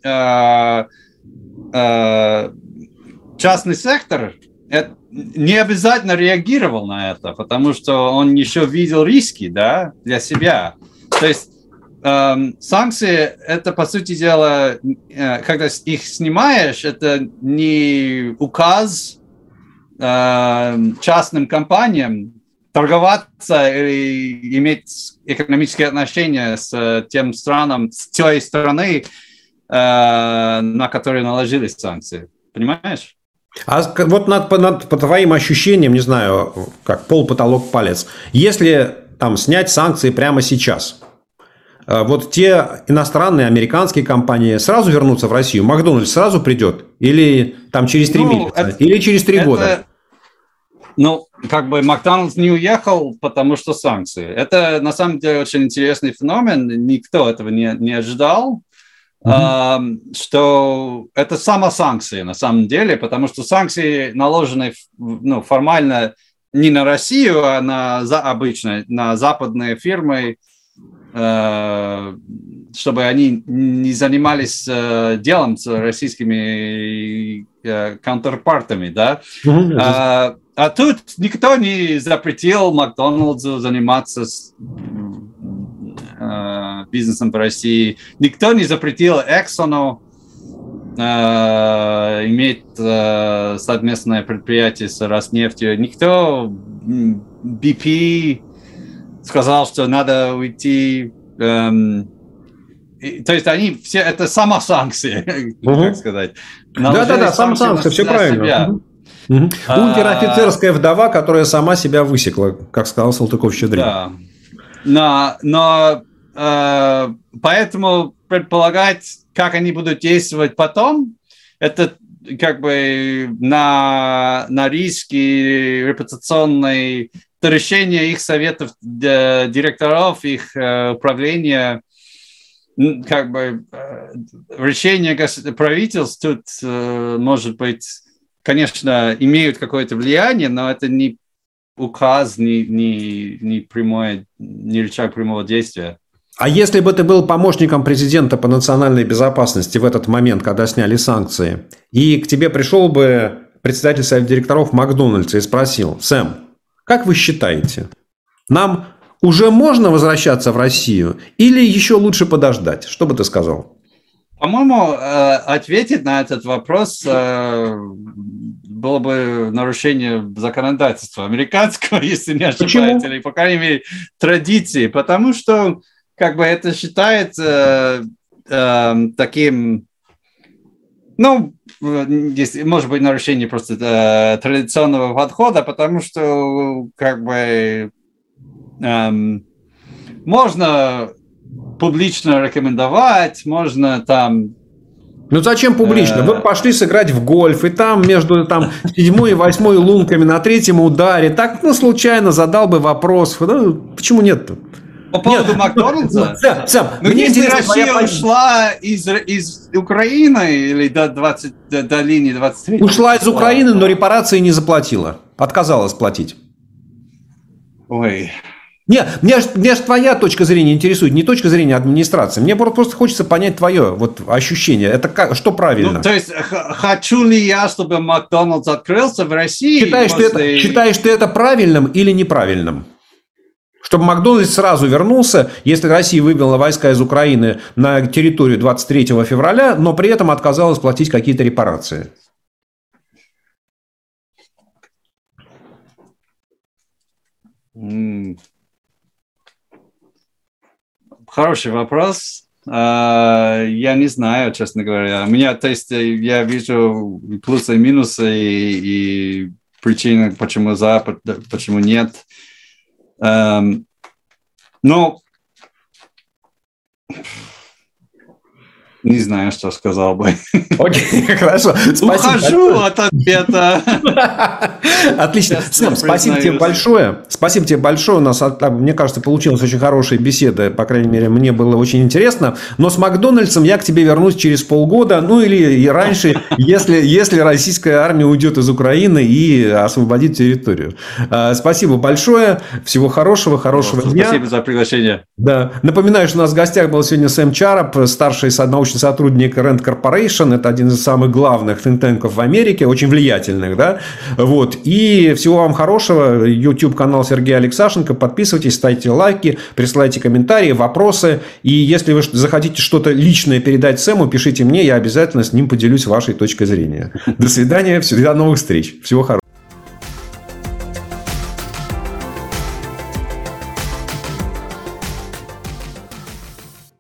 частный сектор не обязательно реагировал на это, потому что он еще видел риски, да, для себя. То есть санкции, это, по сути дела, когда их снимаешь, это не указ частным компаниям торговаться или иметь экономические отношения с тем странам, с той страны, на которые наложились санкции. Понимаешь? А вот по твоим ощущениям, не знаю, как пол, потолок, палец, если там снять санкции прямо сейчас, вот те иностранные, американские компании сразу вернутся в Россию? Макдональдс сразу придет? Или там через 3 месяца? Или через 3 года? Макдональдс не уехал, потому что санкции. Это, на самом деле, очень интересный феномен. Никто этого не ожидал. Что это самосанкции на самом деле, потому что санкции наложены формально не на Россию, а обычно на западные фирмы, чтобы они не занимались делом с российскими контрпартами, да. А тут никто не запретил Макдональдсу заниматься бизнесом в России. Никто не запретил Exxon'у иметь совместное предприятие с Роснефтью. Никто BP сказал, что надо уйти. То есть они все это самосанкции, как сказать. Да, самосанкции, все правильно. Унтер-офицерская вдова, которая сама себя высекла, как сказал Салтыков-Щедрин. Да. Но поэтому предполагать, как они будут действовать потом, это на риски репутационной, это решение их советов директоров, их управления, решение правительств тут, может быть, конечно, имеют какое-то влияние, но это не указ, не прямое, не рычаг прямого действия. А если бы ты был помощником президента по национальной безопасности в этот момент, когда сняли санкции, и к тебе пришел бы председатель совета директоров Макдональдса и спросил: Сэм, как вы считаете, нам уже можно возвращаться в Россию или еще лучше подождать? Что бы ты сказал? По-моему, ответить на этот вопрос было бы нарушение законодательства американского, если не ошибаюсь, или, по крайней мере, традиции, потому что это считается таким, может быть, нарушение просто традиционного подхода, потому что можно публично рекомендовать, можно там... Зачем публично? Вы пошли сыграть в гольф, и там между 7-й и 8-й лунками на 3-м ударе так, случайно задал бы вопрос. Почему нет-то? По поводу Макдональдса? Если Россия ушла из Украины или до линии 23... Ушла из Украины, но репарации не заплатила. Отказалась платить. Ой... Не, меня ж твоя точка зрения интересует, не точка зрения администрации. Мне просто хочется понять твое вот ощущение. Это как, что правильно? Ну, то есть, хочу ли я, чтобы Макдональдс открылся в России? Считаешь ты это правильным или неправильным? Чтобы Макдональдс сразу вернулся, если Россия вывела войска из Украины на территорию 23 февраля, но при этом отказалась платить какие-то репарации. Хороший вопрос. Я не знаю, честно говоря. У меня, то есть, я вижу плюсы и минусы, и причины, почему за, почему нет. Но не знаю, что сказал бы. Окей, хорошо. Ухожу от ответа. Отлично. Сэм, спасибо тебе большое. Спасибо тебе большое. У нас, мне кажется, получилась очень хорошая беседа. По крайней мере, мне было очень интересно. Но с Макдональдсом я к тебе вернусь через полгода. Ну, или и раньше, если российская армия уйдет из Украины и освободит территорию. Спасибо большое. Всего хорошего дня. Спасибо за приглашение. Да. Напоминаю, что у нас в гостях был сегодня Сэм Чарап, старший научный сотрудник Rand Corporation. Это один из самых главных think-tank'ов в Америке, очень влиятельных, да. Вот. И всего вам хорошего. YouTube-канал Сергея Алексашенко. Подписывайтесь, ставьте лайки, присылайте комментарии, вопросы. И если вы захотите что-то личное передать Сэму, пишите мне, я обязательно с ним поделюсь вашей точкой зрения. До свидания, до новых встреч. Всего хорошего.